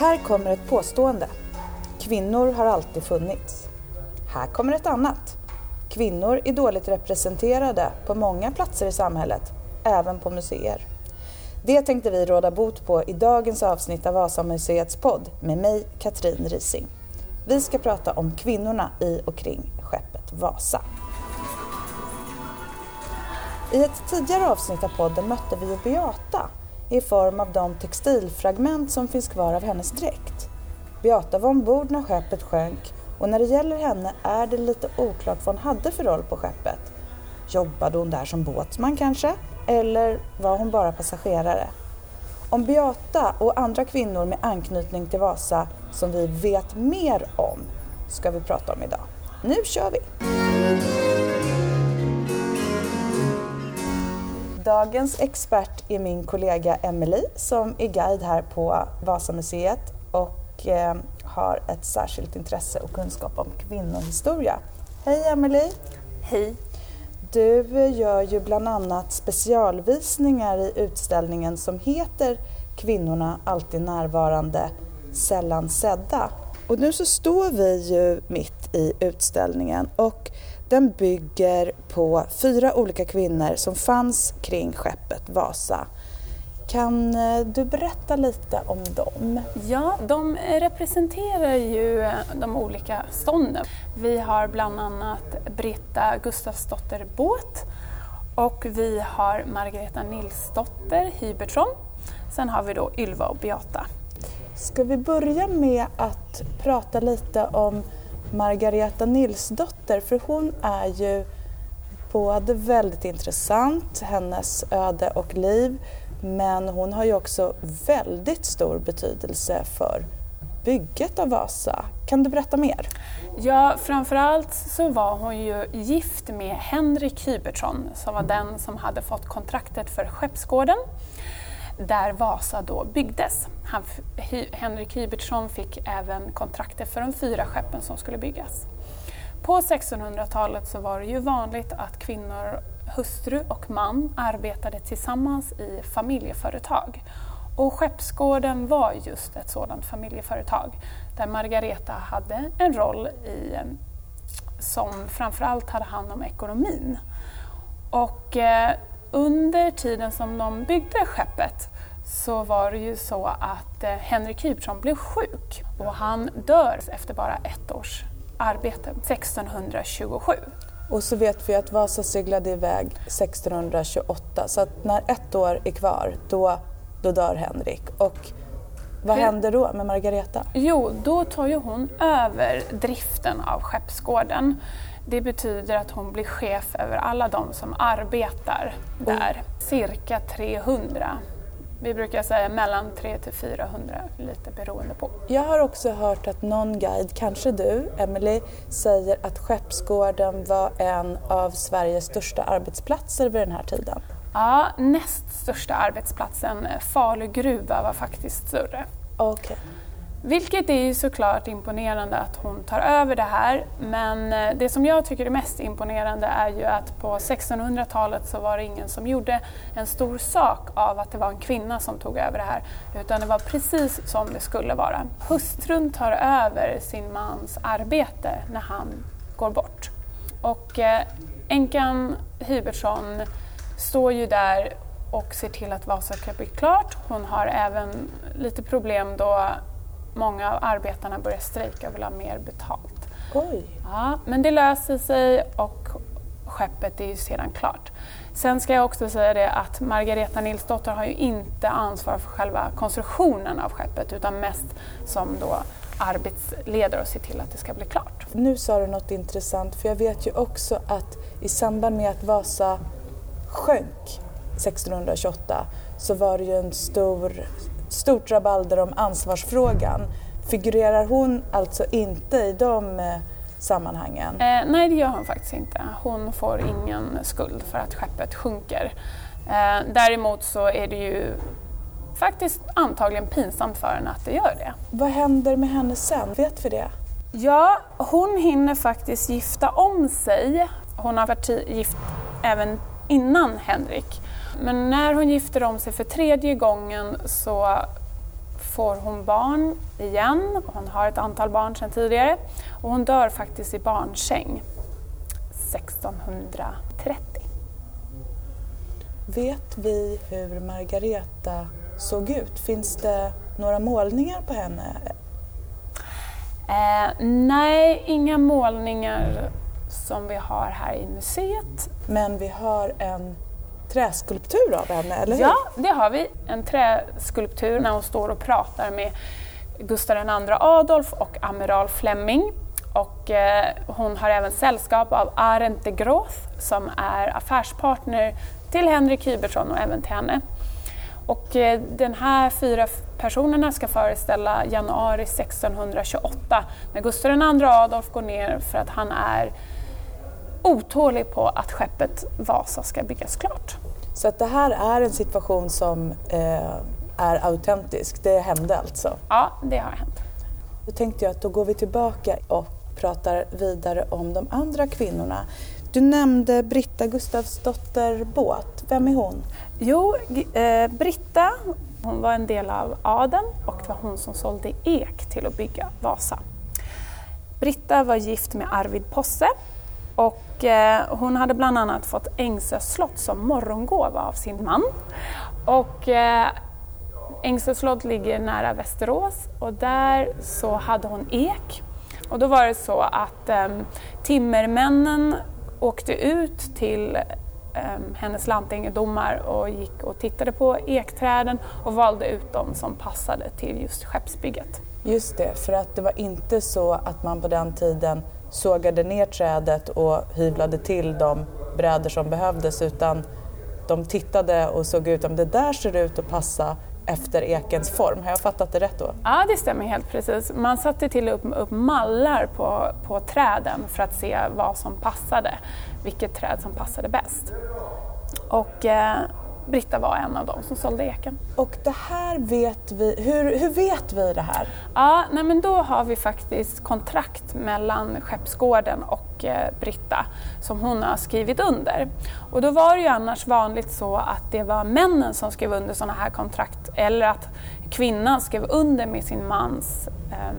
Här kommer ett påstående. Kvinnor har alltid funnits. Här kommer ett annat. Kvinnor är dåligt representerade på många platser i samhället, även på museer. Det tänkte vi råda bot på i dagens avsnitt av Vasamuseets podd med mig, Katrin Rising. Vi ska prata om kvinnorna i och kring skeppet Vasa. I ett tidigare avsnitt av podden mötte vi Beata i form av de textilfragment som finns kvar av hennes dräkt. Beata var ombord när skeppet sjönk och när det gäller henne är det lite oklart vad hon hade för roll på skeppet. Jobbade hon där som båtsman kanske? Eller var hon bara passagerare? Om Beata och andra kvinnor med anknytning till Vasa som vi vet mer om ska vi prata om idag. Nu kör vi! Dagens expert är min kollega Emelie som är guide här på Vasamuseet och har ett särskilt intresse och kunskap om kvinnohistoria. Hej Emelie! Hej! Du gör ju bland annat specialvisningar i utställningen som heter Kvinnorna alltid närvarande, sällan sedda. Och nu så står vi ju mitt i utställningen och den bygger på 4 olika kvinnor som fanns kring skeppet Vasa. Kan du berätta lite om dem? Ja, de representerar ju de olika stånden. Vi har bland annat Britta Gustafsdotter Båt och vi har Margareta Nilsdotter Hybertsson. Sen har vi då Ylva och Beata. Ska vi börja med att prata lite om Margareta Nilsdotter, för hon är ju både väldigt intressant, hennes öde och liv, men hon har ju också väldigt stor betydelse för bygget av Vasa. Kan du berätta mer? Ja, framförallt så var hon ju gift med Henrik Hybertsson som var den som hade fått kontraktet för Skeppsgården där Vasa då byggdes. Henrik Hybertsson fick även kontraktet för de 4 skeppen som skulle byggas. På 1600-talet så var det ju vanligt att kvinnor, hustru och man arbetade tillsammans i familjeföretag. Och Skeppsgården var just ett sådant familjeföretag där Margareta hade en roll som framförallt hade hand om ekonomin. Och under tiden som de byggde skeppet så var det ju så att Henrik Hybertsson blev sjuk och han dör efter bara 1 års arbete, 1627. Och så vet vi att Vasa seglade iväg 1628, så att när 1 år är kvar då dör Henrik. Och vad händer då med Margareta? Jo, då tar ju hon över driften av Skeppsgården. Det betyder att hon blir chef över alla de som arbetar där. Cirka 300. Vi brukar säga mellan 300 till 400, lite beroende på. Jag har också hört att någon guide, kanske du, Emelie, säger att Skeppsgården var en av Sveriges största arbetsplatser vid den här tiden. Ja, näst största arbetsplatsen, Falu gruva, var faktiskt större. Okej. Vilket är ju såklart imponerande att hon tar över det här, men det som jag tycker är mest imponerande är ju att på 1600-talet så var det ingen som gjorde en stor sak av att det var en kvinna som tog över det här, utan det var precis som det skulle vara. Hustrun tar över sin mans arbete när han går bort. Och änkan Hybertsson står ju där och ser till att Vasa ska bli klart. Hon har även lite problem då många av arbetarna börjar strejka och vill ha mer betalt. Oj. Ja, men det löser sig och skeppet är ju sedan klart. Sen ska jag också säga det att Margareta Nilsdotter har ju inte ansvar för själva konstruktionen av skeppet utan mest som då arbetsledare och ser till att det ska bli klart. Nu sa du något intressant, för jag vet ju också att i samband med att Vasa sjönk 1628 så var det ju en stort rabalder om ansvarsfrågan. Figurerar hon alltså inte i de sammanhangen? Nej, det gör hon faktiskt inte. Hon får ingen skuld för att skeppet sjunker. Däremot så är det ju faktiskt antagligen pinsamt för henne att det gör det. Vad händer med henne sen? Vet vi det? Ja, hon hinner faktiskt gifta om sig. Hon har varit gift även innan Henrik. Men när hon gifter om sig för 3:e gången så får hon barn igen. Hon har ett antal barn sedan tidigare. Och hon dör faktiskt i barnsäng 1630. Vet vi hur Margareta såg ut? Finns det några målningar på henne? Nej, inga målningar som vi har här i museet. Men vi har en träskulptur av henne, eller hur? Ja, det har vi. En träskulptur när hon står och pratar med Gustav II Adolf och amiral Flemming. Och hon har även sällskap av Arendt de Groth som är affärspartner till Henrik Hybertsson och även till henne. Och den här 4 personerna ska föreställa januari 1628 när Gustav II Adolf går ner för att han är otålig på att skeppet Vasa ska byggas klart. Så att det här är en situation som är autentisk, det hände alltså? Ja, det har hänt. Då tänkte jag att då går vi tillbaka och pratar vidare om de andra kvinnorna. Du nämnde Britta Gustavsdotter Båth. Vem är hon? Jo, Britta, hon var en del av adeln och det var hon som sålde ek till att bygga Vasa. Britta var gift med Arvid Posse och hon hade bland annat fått Ängsö slott som morgongåva av sin man. Och Ängsö slott ligger nära Västerås och där så hade hon ek. Och då var det så att timmermännen åkte ut till hennes lantegendomar och gick och tittade på ekträden och valde ut dem som passade till just skeppsbygget. Just det, för att det var inte så att man på den tiden sågade ner trädet och hyvlade till de brädor som behövdes, utan de tittade och såg ut om det där ser ut att passa efter ekens form. Har jag fattat det rätt då? Ja, det stämmer helt precis. Man satte till upp mallar på träden för att se vad som passade, vilket träd som passade bäst. Och Britta var en av dem som sålde eken. Och det här vet vi, hur vet vi det här? Ja, nej men då har vi faktiskt kontrakt mellan Skeppsgården och Britta som hon har skrivit under. Och då var det ju annars vanligt så att det var männen som skrev under sådana här kontrakt eller att kvinnan skrev under med sin mans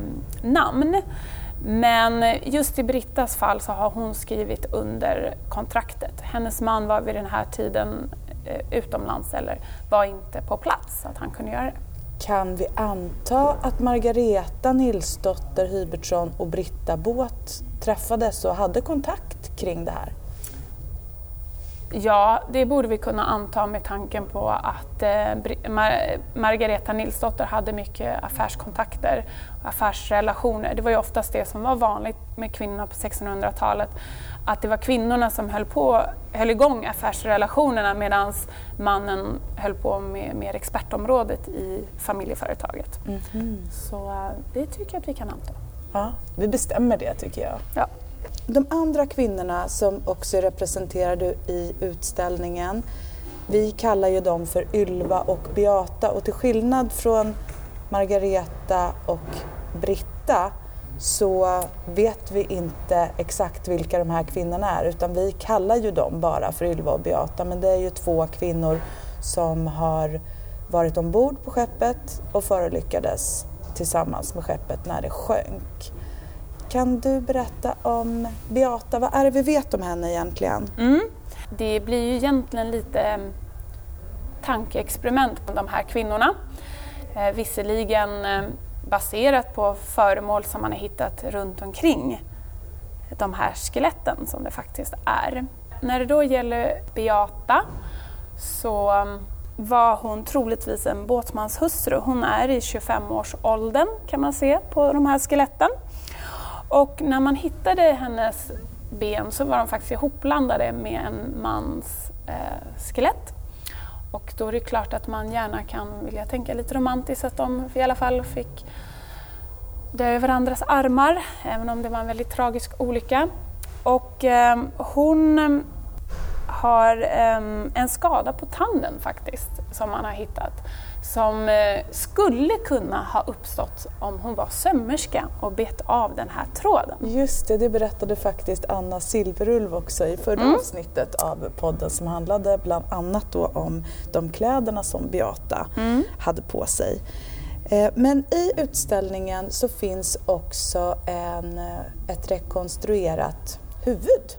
namn. Men just i Brittas fall så har hon skrivit under kontraktet. Hennes man var vid den här tiden utomlands eller var inte på plats så att han kunde göra det. Kan vi anta att Margareta Nilsdotter Hybertsson och Britta Båth träffades och hade kontakt kring det här? Ja, det borde vi kunna anta med tanken på att Margareta Nilsdotter hade mycket affärskontakter och affärsrelationer. Det var ju oftast det som var vanligt med kvinnorna på 1600-talet. Att det var kvinnorna som höll igång affärsrelationerna medan mannen höll på med mer expertområdet i familjeföretaget. Mm-hmm. Så det tycker jag att vi kan anta. Ja, vi bestämmer det tycker jag. Ja. De andra kvinnorna som också är representerade i utställningen, vi kallar ju dem för Ylva och Beata, och till skillnad från Margareta och Britta så vet vi inte exakt vilka de här kvinnorna är, utan vi kallar ju dem bara för Ylva och Beata, men det är ju 2 kvinnor som har varit ombord på skeppet och förolyckades tillsammans med skeppet när det sjönk. Kan du berätta om Beata? Vad är det vi vet om henne egentligen? Det blir ju egentligen lite tankeexperiment på de här kvinnorna. Visserligen baserat på föremål som man har hittat runt omkring de här skeletten som det faktiskt är. När det då gäller Beata så var hon troligtvis en båtsmanshustru. Hon är i 25-årsåldern kan man se på de här skeletten. Och när man hittade hennes ben så var de faktiskt ihoplandade med en mans skelett. Och då är det klart att man gärna kan vilja tänka lite romantiskt att de i alla fall fick dö i varandras armar, även om det var en väldigt tragisk olycka. Och hon har en skada på tanden faktiskt som man har hittat. Som skulle kunna ha uppstått om hon var sömmerska och bet av den här tråden. Just det berättade faktiskt Anna Silverulv också i förra avsnittet av podden som handlade bland annat då om de kläderna som Beata hade på sig. Men i utställningen så finns också ett rekonstruerat huvud.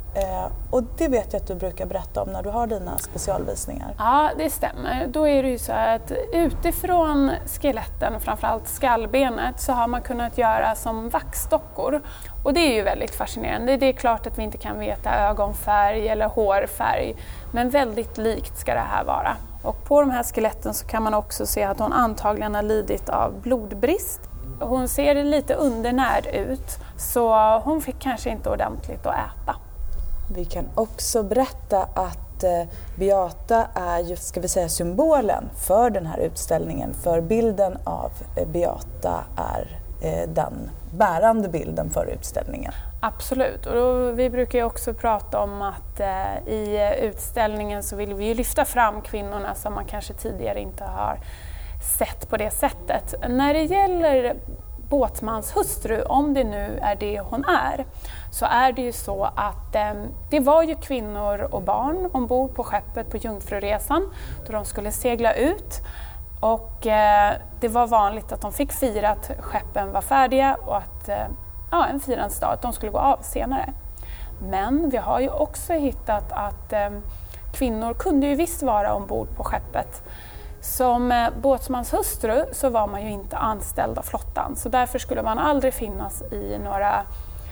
Och det vet jag att du brukar berätta om när du har dina specialvisningar. Ja, det stämmer. Då är det ju så att utifrån skeletten, framförallt skallbenet, så har man kunnat göra som vaxdockor. Och det är ju väldigt fascinerande. Det är klart att vi inte kan veta ögonfärg eller hårfärg, men väldigt likt ska det här vara. Och på de här skeletten så kan man också se att hon antagligen har lidit av blodbrist. Hon ser lite undernärd ut, så hon fick kanske inte ordentligt att äta. Vi kan också berätta att Beata är ju, ska vi säga, symbolen för den här utställningen. För bilden av Beata är den bärande bilden för utställningen. Absolut, och vi brukar ju också prata om att i utställningen så vill vi ju lyfta fram kvinnorna som man kanske tidigare inte har sett på det sättet. När det gäller båtsmans hustru, om det nu är det hon är, så är det ju så att det var ju kvinnor och barn ombord på skeppet på Jungfruresan då de skulle segla ut. Och det var vanligt att de fick fira att skeppen var färdiga och att en firans dag, att de skulle gå av senare. Men vi har ju också hittat att kvinnor kunde ju visst vara ombord på skeppet. Som båtsmans hustru så var man ju inte anställd av flottan, så därför skulle man aldrig finnas i några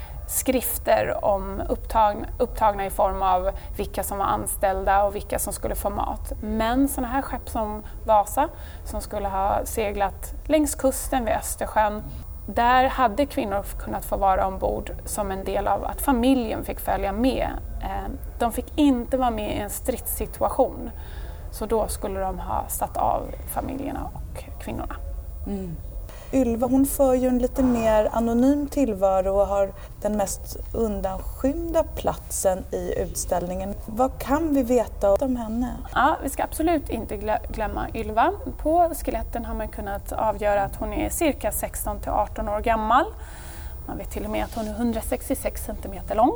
skrifter om upptagna i form av vilka som var anställda och vilka som skulle få mat. Men sådana här skepp som Vasa, som skulle ha seglat längs kusten vid Östersjön, där hade kvinnor kunnat få vara ombord som en del av att familjen fick följa med. De fick inte vara med i en stridssituation. Så då skulle de ha satt av familjerna och kvinnorna. Mm. Ylva, hon för ju en lite mer anonym tillvaro och har den mest undanskymda platsen i utställningen. Vad kan vi veta om henne? Ja, vi ska absolut inte glömma Ylva. På skeletten har man kunnat avgöra att hon är cirka 16-18 år gammal. Man vet till och med att hon är 166 cm lång.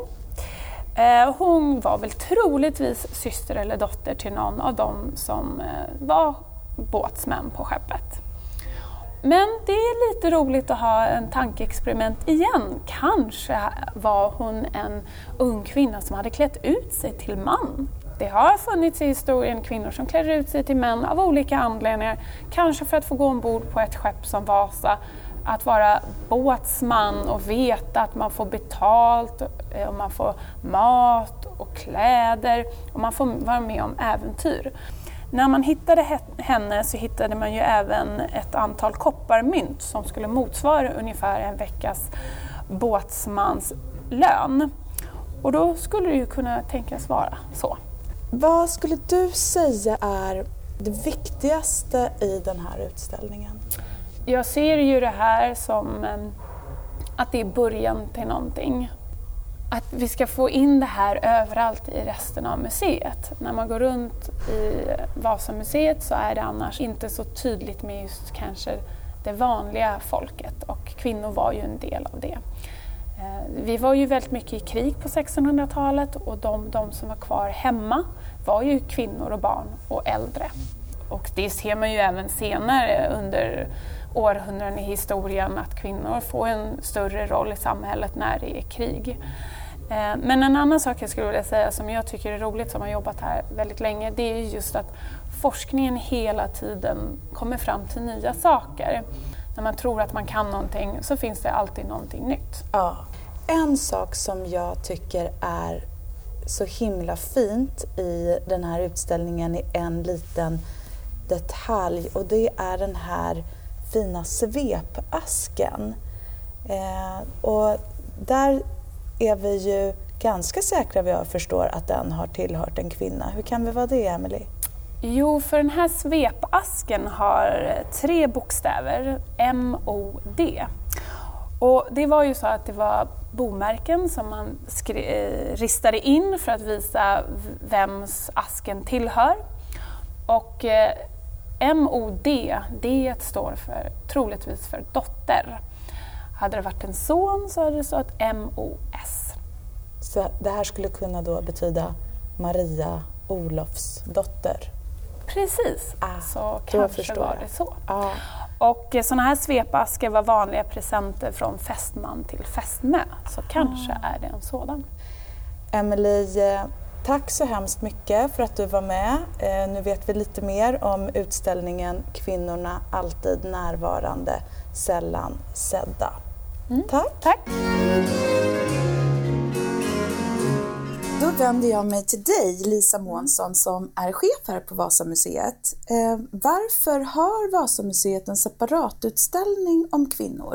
Hon var väl troligtvis syster eller dotter till någon av dem som var båtsmän på skeppet. Men det är lite roligt att ha en tankeexperiment igen. Kanske var hon en ung kvinna som hade klätt ut sig till man. Det har funnits i historien kvinnor som klär ut sig till män av olika anledningar. Kanske för att få gå ombord på ett skepp som Vasa. Att vara båtsman och veta att man får betalt och man får mat och kläder och man får vara med om äventyr. När man hittade henne så hittade man ju även ett antal kopparmynt som skulle motsvara ungefär en veckas båtsmans lön. Och då skulle det ju kunna tänkas vara så. Vad skulle du säga är det viktigaste i den här utställningen? Jag ser ju det här som att det är början till någonting. Att vi ska få in det här överallt i resten av museet. När man går runt i Vasamuseet så är det annars inte så tydligt med just kanske det vanliga folket. Och kvinnor var ju en del av det. Vi var ju väldigt mycket i krig på 1600-talet och de som var kvar hemma var ju kvinnor och barn och äldre. Och det ser man ju även senare under århundraden i historien att kvinnor får en större roll i samhället när det är krig. Men en annan sak jag skulle vilja säga som jag tycker är roligt som har jobbat här väldigt länge, det är just att forskningen hela tiden kommer fram till nya saker. När man tror att man kan någonting så finns det alltid någonting nytt. Ja. En sak som jag tycker är så himla fint i den här utställningen är en liten detalj och det är den här fina svepasken. Och där är vi ju ganska säkra, vad jag förstår, att den har tillhört en kvinna. Hur kan vi vara det, Emelie? Jo, för den här svepasken har 3 bokstäver, M-O-D. Och det var ju så att det var bomärken som man ristade in för att visa vems asken tillhör. Och M-O-D, det står troligtvis för dotter. Hade det varit en son så hade det stått M-O-S. Så det här skulle kunna då betyda Maria Olofs dotter? Precis, så kanske var det så. Ja. Och sådana här svepaskar var vanliga presenter från fästman till fästmö. Så kanske är det en sådan. Emelie, tack så hemskt mycket för att du var med. Nu vet vi lite mer om utställningen Kvinnorna alltid närvarande, sällan sedda. Tack! Då vänder jag mig till dig, Lisa Månsson, som är chef här på Vasamuseet. Varför har Vasamuseet en separatutställning om kvinnor?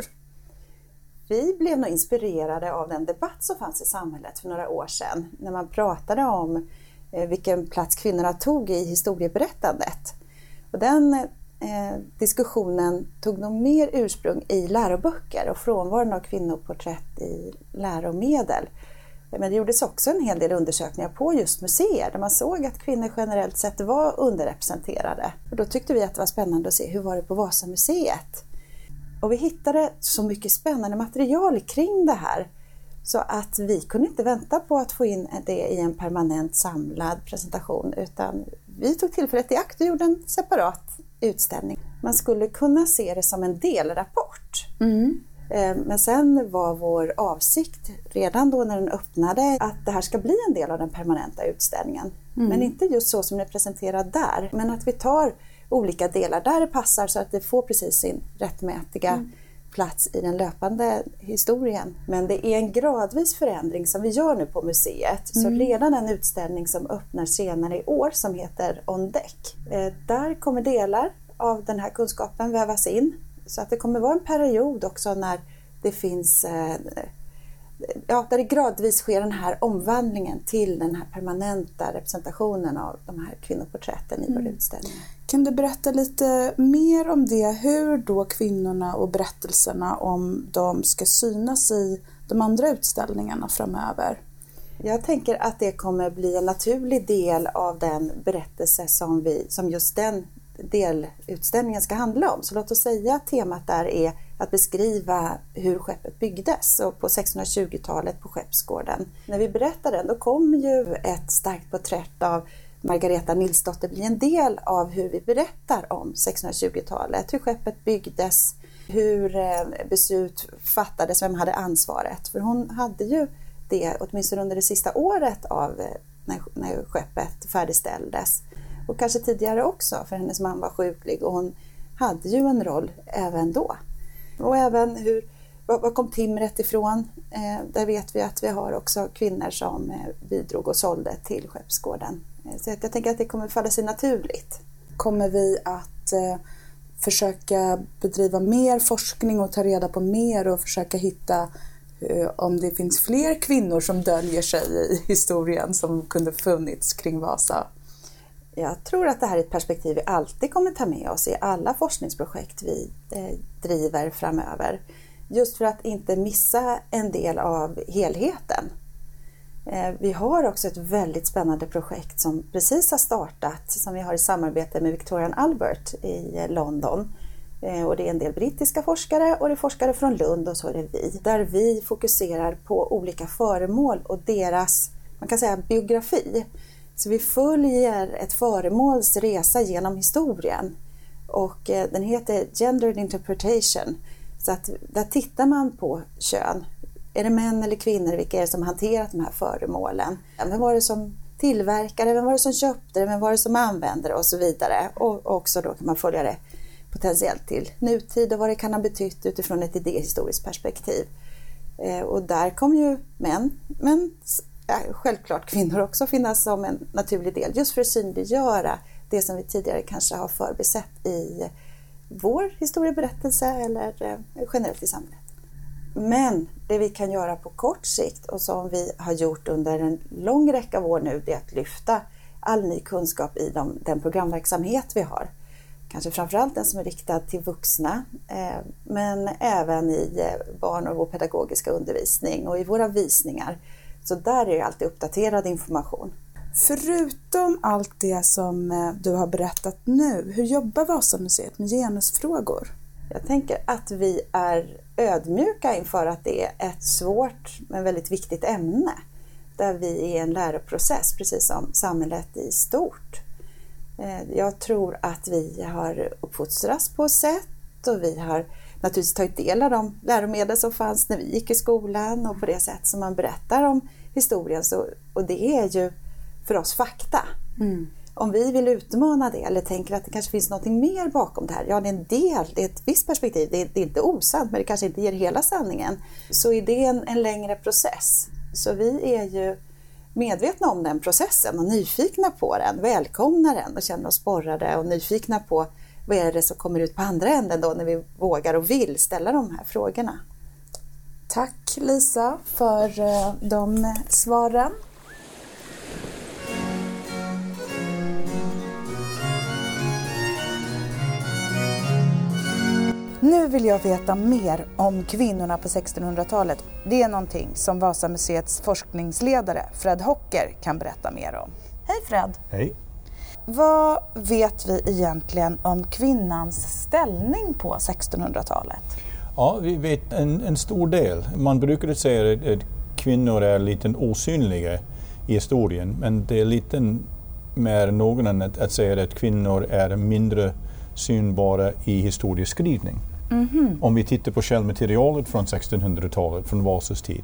Vi blev nog inspirerade av den debatt som fanns i samhället för några år sedan. När man pratade om vilken plats kvinnorna tog i historieberättandet. Och den diskussionen tog nog mer ursprung i läroböcker och frånvaron av kvinnoporträtt i läromedel. Men det gjordes också en hel del undersökningar på just museer där man såg att kvinnor generellt sett var underrepresenterade. Och då tyckte vi att det var spännande att se hur var det på Vasamuseet. Och vi hittade så mycket spännande material kring det här så att vi kunde inte vänta på att få in det i en permanent samlad presentation, utan vi tog tillfället i akt och gjorde en separat utställning. Man skulle kunna se det som en delrapport. Men sen var vår avsikt redan då när den öppnade att det här ska bli en del av den permanenta utställningen. Men inte just så som det är presenterat där, men att vi tar olika delar där det passar så att det får precis sin rättmätiga plats i den löpande historien. Men det är en gradvis förändring som vi gör nu på museet. Så redan en utställning som öppnar senare i år som heter On Deck. Där kommer delar av den här kunskapen vävas in. Så att det kommer vara en period också när det finns, där det gradvis sker den här omvandlingen till den här permanenta representationen av de här kvinnoporträtten i vår utställning. Kan du berätta lite mer om det? Hur då kvinnorna och berättelserna om dem ska synas i de andra utställningarna framöver? Jag tänker att det kommer bli en naturlig del av den berättelse som just den delutställningen ska handla om. Så låt oss säga att temat där är att beskriva hur skeppet byggdes och på 1620-talet på Skeppsgården. När vi berättar den, då kommer ju ett starkt porträtt av Margareta Nilsdotter bli en del av hur vi berättar om 1620-talet, hur skeppet byggdes, hur beslut fattades, vem hade ansvaret. För hon hade ju det åtminstone under det sista året av när skeppet färdigställdes. Och kanske tidigare också, för hennes man var sjuklig och hon hade ju en roll även då. Och även var kom timret ifrån? Där vet vi att vi har också kvinnor som bidrog och sålde till Skeppsgården. Så jag tänker att det kommer falla sig naturligt. Kommer vi att försöka bedriva mer forskning och ta reda på mer och försöka hitta om det finns fler kvinnor som döljer sig i historien som kunde funnits kring Vasa? Jag tror att det här är ett perspektiv vi alltid kommer ta med oss i alla forskningsprojekt vi driver framöver. Just för att inte missa en del av helheten. Vi har också ett väldigt spännande projekt som precis har startat, som vi har i samarbete med Victoria and Albert i London. Och det är en del brittiska forskare och det är forskare från Lund och så är det vi. Där vi fokuserar på olika föremål och deras, man kan säga, biografi. Så vi följer ett föremåls resa genom historien och den heter Gendered Interpretation. Så att där tittar man på kön. Är det män eller kvinnor? Vilka är det som hanterat de här föremålen? Vem var det som tillverkade? Vem var det som köpte det? Vem var det som använde det? Och så vidare. Och också då kan man följa det potentiellt till nutid och vad det kan ha betytt utifrån ett idéhistoriskt perspektiv. Och där kommer ju män, men självklart kvinnor också finnas som en naturlig del. Just för att synliggöra det som vi tidigare kanske har förbisett i vår historieberättelse eller generellt i samhället. Men det vi kan göra på kort sikt och som vi har gjort under en lång räcka av år nu, det är att lyfta all ny kunskap i den programverksamhet vi har. Kanske framförallt den som är riktad till vuxna, men även i barn- och vår pedagogiska undervisning och i våra visningar. Så där är det alltid uppdaterad information. Förutom allt det som du har berättat nu, hur jobbar Vasamuseet med genusfrågor? Jag tänker att vi är ödmjuka inför att det är ett svårt men väldigt viktigt ämne. Där vi är i en läroprocess, precis som samhället i stort. Jag tror att vi har uppfostrats på sätt och vi har naturligtvis tagit del av de läromedel som fanns när vi gick i skolan och på det sätt som man berättar om historien. Och det är ju för oss fakta. Om vi vill utmana det eller tänker att det kanske finns något mer bakom det här, ja det är en del, det är ett visst perspektiv, det är inte osant men det kanske inte ger hela sanningen, så är det en längre process. Så vi är ju medvetna om den processen och nyfikna på den, välkomnar den och känner oss sporrade och nyfikna på vad är det som kommer ut på andra änden då när vi vågar och vill ställa de här frågorna. Tack Lisa för de svaren. Nu vill jag veta mer om kvinnorna på 1600-talet. Det är någonting som Vasamuseets forskningsledare Fred Hocker kan berätta mer om. Hej Fred! Hej! Vad vet vi egentligen om kvinnans ställning på 1600-talet? Ja, vi vet en stor del. Man brukar säga att kvinnor är lite osynliga i historien, men det är lite mer någon än att säga att kvinnor är mindre synbara i historieskrivning. Om vi tittar på källmaterialet från 1600-talet, från Vasas tid,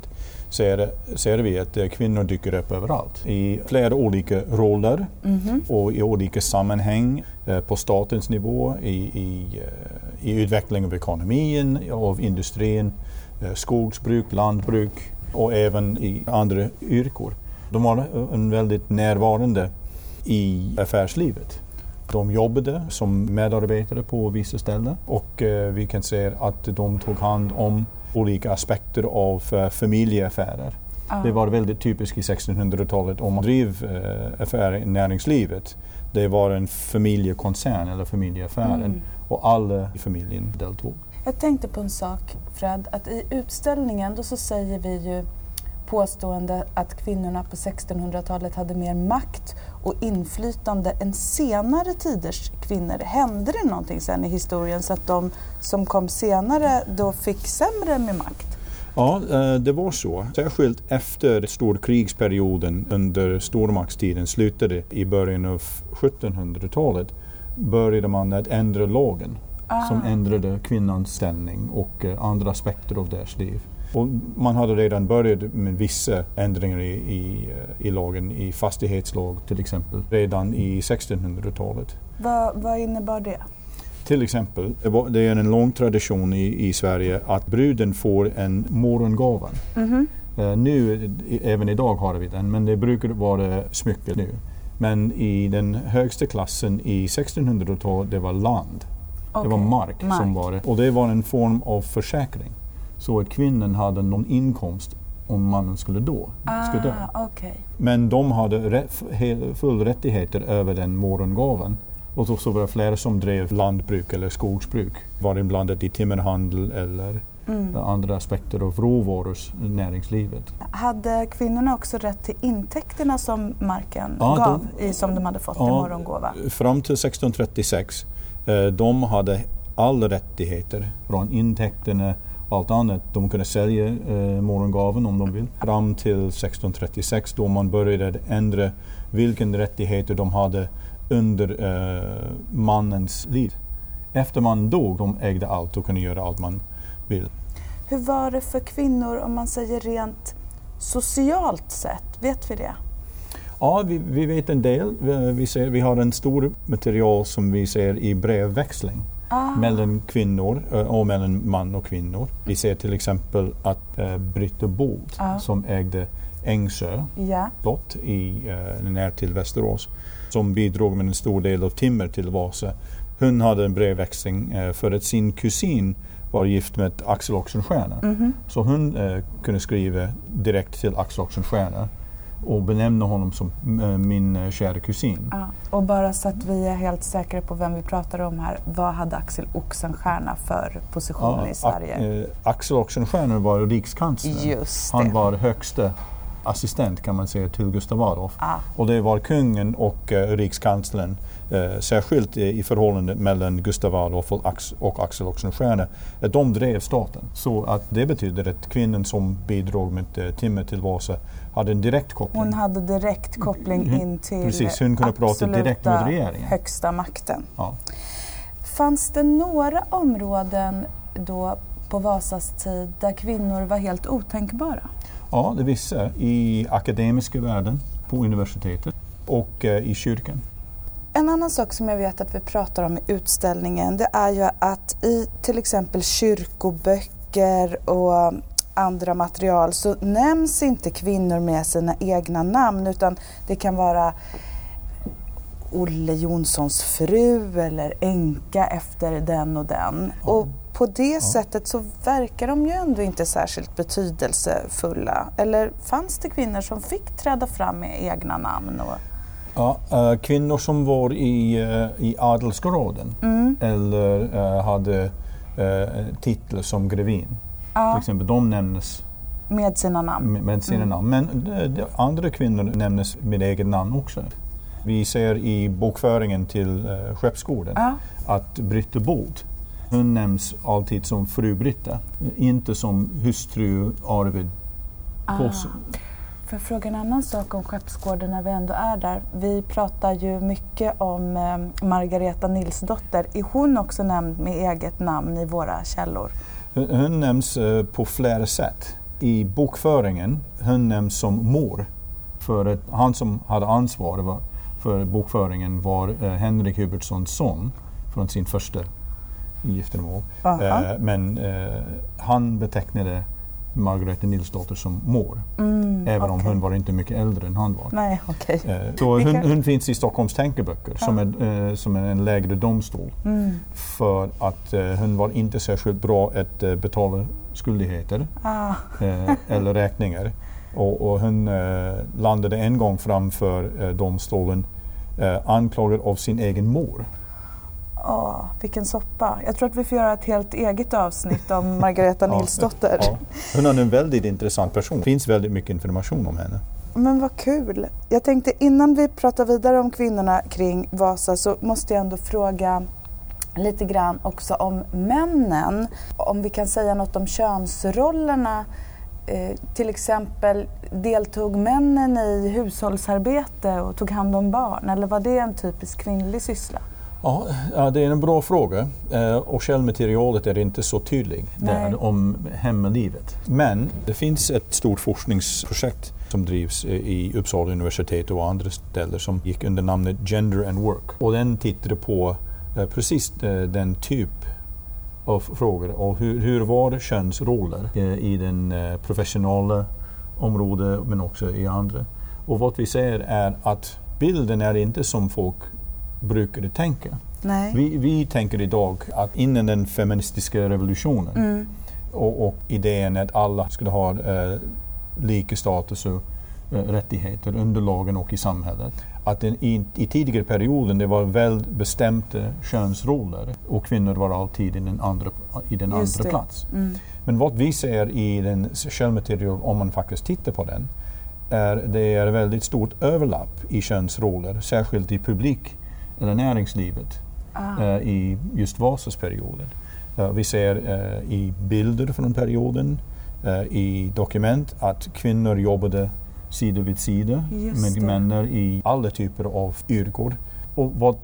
ser vi att kvinnor dyker upp överallt. I flera olika roller och i olika sammanhang på statens nivå, i utveckling av ekonomin, av industrin, skogsbruk, lantbruk och även i andra yrken. De var en väldigt närvarande i affärslivet. De jobbade som medarbetare på vissa ställen och vi kan se att de tog hand om olika aspekter av familjeaffärer. Det var väldigt typiskt i 1600-talet om man drev affärer i näringslivet. Det var en familjekoncern eller familjeaffären och alla i familjen deltog. Jag tänkte på en sak Fred, att i utställningen då så säger vi ju påstående att kvinnorna på 1600-talet hade mer makt och inflytande än senare tiders kvinnor. Hände det någonting sen i historien så att de som kom senare då fick sämre med makt? Ja, det var så. Särskilt efter storkrigsperioden under stormaktstiden slutade i början av 1700-talet började man att ändra lagen som ändrade kvinnans ställning och andra aspekter av deras liv. Och man hade redan börjat med vissa ändringar i lagen, i fastighetslag till exempel, redan i 1600-talet. Vad innebar det? Till exempel, det är en lång tradition i Sverige att bruden får en morgongåva. Nu, även idag har vi den, men det brukar vara smycke nu. Men i den högsta klassen i 1600-talet, det var land. Okay. Det var mark som var det. Och det var en form av försäkring. Så att kvinnan hade någon inkomst om mannen skulle dö. Okay. Men de hade full rättigheter över den morgongåvan. Och så var det flera som drev lantbruk eller skogsbruk. Var inblandat i timmerhandel eller andra aspekter av råvarors näringslivet. Hade kvinnorna också rätt till intäkterna som marken gav som de hade fått i morgongåva? Fram till 1636 de hade alla rättigheter från intäkterna. Allt annat. De kunde sälja morgongaven om de vill. Fram till 1636 då man började ändra vilken rättigheter de hade under mannens liv. Efter man dog, de ägde allt och kunde göra allt man vill. Hur var det för kvinnor om man säger rent socialt sett? Vet vi det? Ja, vi vet en del. Vi har en stor material som vi ser i brevväxling. Mellan kvinnor och mellan man och kvinnor. Vi ser till exempel att Britta Bold som ägde Ängsö slott när till Västerås som bidrog med en stor del av timmer till Vasa. Hon hade en brevväxling för att sin kusin var gift med Axel Oxenstierna. Så hon kunde skriva direkt till Axel Oxenstierna och benämna honom som min kära kusin. Ja. Och bara så att vi är helt säkra på vem vi pratar om här, vad hade Axel Oxenstierna för position i Sverige? Axel Oxenstierna var rikskansler. Just det. Han var högsta assistent kan man säga till Gustav Adolf. Och det var kungen och rikskanslern, särskilt i förhållandet mellan Gustav Adolf och Axel Oxenstierna. De drev staten. Så att det betyder att kvinnan som bidrog med timmer till Vasa hade en direkt koppling. Hon hade direkt koppling in till precis, hon kunde prata direkt med regeringen. Högsta makten. Ja. Fanns det några områden då på Vasas tid där kvinnor var helt otänkbara? Ja, det vissa i akademiska världen, på universitetet och i kyrkan. En annan sak som jag vet att vi pratar om i utställningen, det är ju att i till exempel kyrkoböcker och andra material så nämns inte kvinnor med sina egna namn, utan det kan vara Olle Jonssons fru eller änka efter den och den. Ja. Och på det sättet så verkar de ju ändå inte särskilt betydelsefulla. Eller fanns det kvinnor som fick träda fram med egna namn? Ja, kvinnor som var i adelsgraden eller hade titlar som grevin. Till exempel, de nämns med sina namn. Men andra kvinnor nämns med eget namn också. Vi ser i bokföringen till Skeppsgården att Britta Bold, hon nämns alltid som fru Britta, inte som hustru Arvid Påsen. För att fråga en annan sak om Skeppsgården när vi ändå är där. Vi pratar ju mycket om Margareta Nilsdotter. Är hon också nämnd med eget namn i våra källor? Hon nämns på flera sätt. I bokföringen, hon nämns som mor. För att han som hade ansvar för bokföringen var Henrik Hubertssons son från sin första giftermål. Men han betecknade Margareta Nilsdotter som mor. Även om hon var inte mycket äldre än han var. Nej, okay. Så hon finns i Stockholms tänkeböcker som är en lägre domstol. För att hon var inte särskilt bra att betala skuldigheter eller räkningar. Och hon landade en gång framför domstolen anklagad av sin egen mor. Vilken soppa. Jag tror att vi får göra ett helt eget avsnitt om Margareta Nilsdotter. Hon är en väldigt intressant person. Det finns väldigt mycket information om henne. Men vad kul. Jag tänkte innan vi pratar vidare om kvinnorna kring Vasa så måste jag ändå fråga lite grann också om männen. Om vi kan säga något om könsrollerna. Till exempel, deltog männen i hushållsarbete och tog hand om barn? Eller var det en typisk kvinnlig syssla? Ja, det är en bra fråga. Och källmaterialet är inte så tydligt där om hemmalivet. Men det finns ett stort forskningsprojekt som drivs i Uppsala universitet och andra ställen som gick under namnet Gender and Work. Och den tittade på precis den typ av frågor och hur var könsroller i den professionella området men också i andra. Och vad vi ser är att bilden är inte som folk brukade tänka. Nej. Vi tänker idag att innan den feministiska revolutionen och idén att alla skulle ha lika status och rättigheter under lagen och i samhället. Att i tidigare perioden det var väl bestämda könsroller och kvinnor var alltid i den andra plats. Men vad vi ser i den källmaterial om man faktiskt tittar på den det är väldigt stort överlapp i könsroller, särskilt i publik eller näringslivet i just Vasas perioden. Vi ser i bilder från perioden, i dokument att kvinnor jobbade sida vid sida med män i alla typer av yrkor. Och vad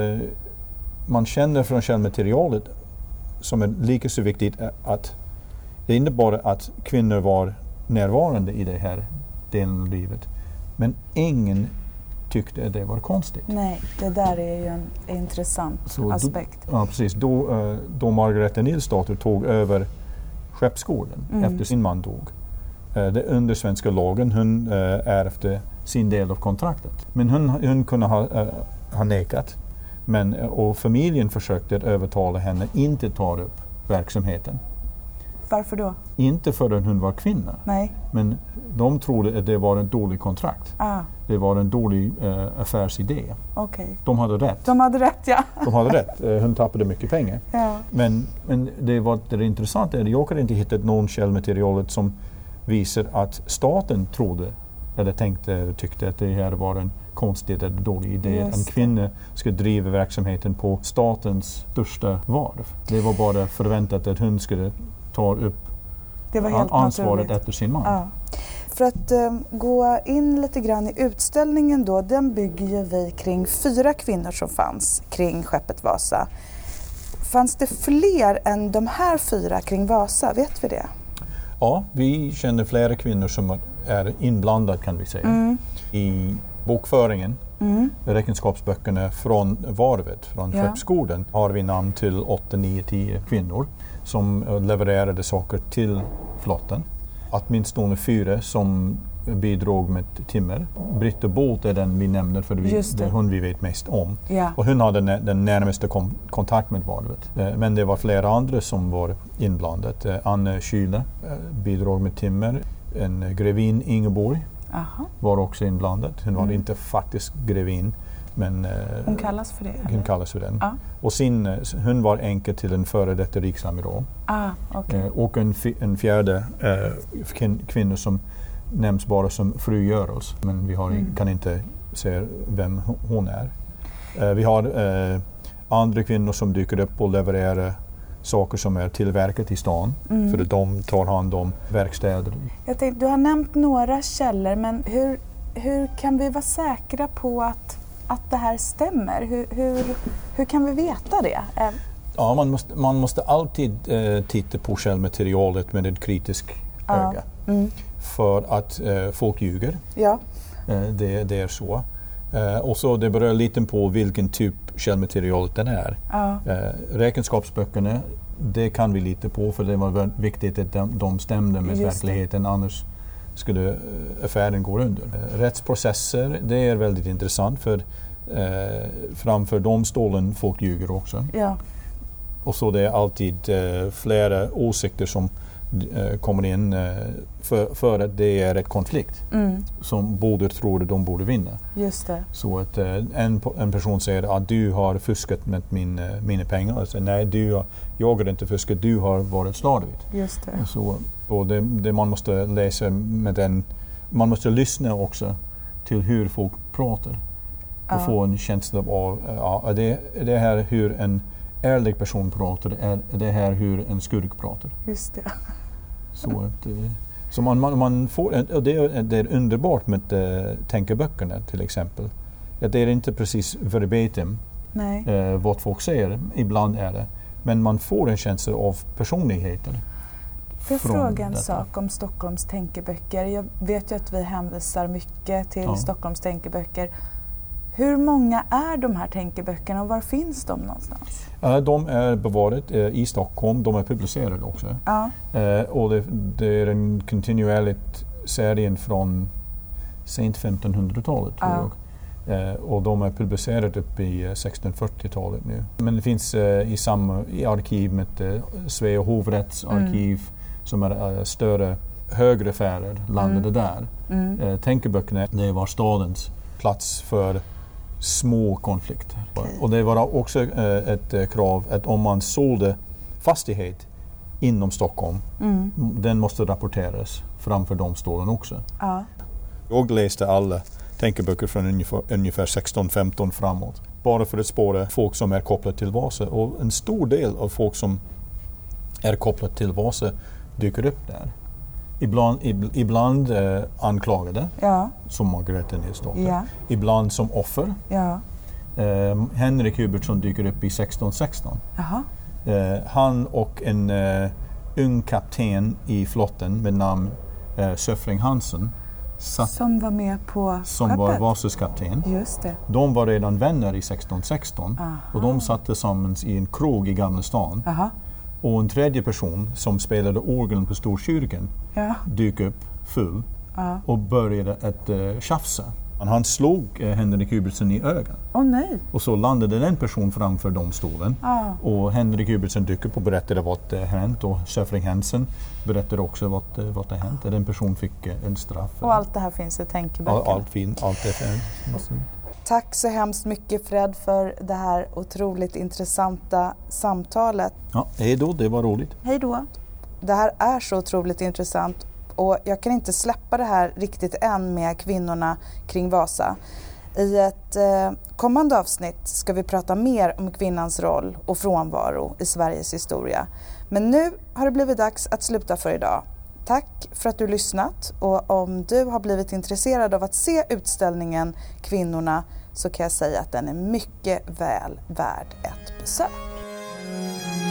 man känner från källmaterialet som är lika så viktigt är att det är inte bara att kvinnor var närvarande i det här delen av livet, men ingen tyckte att det var konstigt. Nej, det där är ju en intressant aspekt. Precis. Då Margareta Nilsdotter tog över Skeppsgården efter sin man dog. Det under svenska lagen, hon ärvde sin del av kontraktet. Men hon kunde ha nekat. Och familjen försökte övertala henne inte ta upp verksamheten. Varför då? Inte förrän hon var kvinna. Nej. Men de trodde att det var en dålig kontrakt. Det var en dålig affärsidé. Okay. De hade rätt. De hade rätt, ja. De hade rätt. Hon tappade mycket pengar. Ja. Men det är intressant är att jag har inte hittat någon källmaterialet som visar att staten trodde eller tyckte att det här var en konstig eller dålig idé. En kvinna skulle driva verksamheten på statens största varv. Det var bara förväntat att hon skulle ta upp ansvaret efter sin man. Ja. För att gå in lite grann i utställningen då, den bygger ju vi kring 4 kvinnor som fanns kring skeppet Vasa. Fanns det fler än de här 4 kring Vasa? Vet vi det? Ja, vi känner flera kvinnor som är inblandade kan vi säga. I bokföringen, räkenskapsböckerna från varvet, från Skeppsgården, har vi namn till 8, 9, 10 kvinnor som levererade saker till flotten. Åtminstone 4 som bidrog med timmer. Britta Bolt är den vi nämner för det är hon vi vet mest om. Ja. Och hon hade den närmaste kontakt med varvet. Men det var flera andra som var inblandade. Anne Kyle bidrog med timmer. En grevin Ingeborg var också inblandad. Hon var inte faktiskt grevin. Men hon kallas för det? Hon kallas för den. Och hon var änka till en före detta riksamiral. Okay. Och en fjärde kvinna som nämns bara som fru Görels. Men vi kan inte se vem hon är. Vi har andra kvinnor som dyker upp och levererar saker som är tillverkat i stan. För att de tar hand om verkstäder. Jag tänkte, du har nämnt några källor, men hur kan vi vara säkra på att det här stämmer? Hur kan vi veta det? Ja, man måste alltid titta på källmaterialet med ett kritiskt öga. För att folk ljuger. Ja. Det är så. Och så det beror lite på vilken typ källmaterialet den är. Räkenskapsböckerna, det kan vi lita på för det var viktigt att de stämde med verkligheten, annars skulle affären gå under. Rättsprocesser, det är väldigt intressant för framför domstolen folk ljuger också. Ja. Och så det är alltid flera åsikter som kommer in för att det är ett konflikt som båda tror att de borde vinna. Just det. Så att en person säger att du har fuskat med mina pengar och säger nej, jag har inte fuskat, du har varit slarvig. Just det. Så, och det man måste läsa med den, man måste lyssna också till hur folk pratar och få en känsla av det här hur en ärlig person pratar, är det här hur en skurk pratar. Just det. Så man får, det är underbart med tänkeböckerna till exempel. Det är inte precis verbatim vad folk säger, ibland är det. Men man får en känsla av personligheter. Får jag fråga en sak om Stockholms tänkeböcker? Jag vet ju att vi hänvisar mycket till Stockholms tänkeböcker. Hur många är de här tänkeböckerna och var finns de någonstans? De är bevarade i Stockholm, de är publicerade också. Och det är en kontinuerlig serie från sent 1500-talet tror jag. Och de är publicerade upp i 1640-talet nu. Men det finns i arkiv med Svea hovrätts arkiv som är större, högre affärer landade där. Tänkeböckerna, det var stadens plats för små konflikter. Och det var också ett krav att om man sålde fastighet inom Stockholm, den måste rapporteras framför domstolen också. Jag läste alla tänkeböcker från ungefär 1615 framåt. Bara för att spåra folk som är kopplade till Vasa. Och en stor del av folk som är kopplade till Vasa dyker upp där. Ibland anklagade, som Margareta Nilsdotter. Ibland som offer. Henrik Hubertsson dyker upp i 1616. Han och en ung kapten i flotten med namn Söfring Hansen som var med på som skeppet. Var Vasas kapten. Just det. De var redan vänner i 1616 och de satt tillsammans i en krog i Gamla stan. Och en tredje person som spelade orgeln på Storkyrkan dök upp full och började att tjafsa. Han slog Henrik Hubertsson i ögat. Nej. Och så landade den person framför domstolen. Och Henrik Hubertsson dök upp och berättade vad det hänt. Och Söfring Hansen berättade också vad det hänt. Den person fick en straff. Och allt det här finns i tänkeböckerna? Allt det finns. Tack så hemskt mycket Fred för det här otroligt intressanta samtalet. Ja, hej då, det var roligt. Hej då. Det här är så otroligt intressant och jag kan inte släppa det här riktigt än med kvinnorna kring Vasa. I ett kommande avsnitt ska vi prata mer om kvinnans roll och frånvaro i Sveriges historia. Men nu har det blivit dags att sluta för idag. Tack för att du lyssnat, och om du har blivit intresserad av att se utställningen Kvinnorna så kan jag säga att den är mycket väl värd ett besök.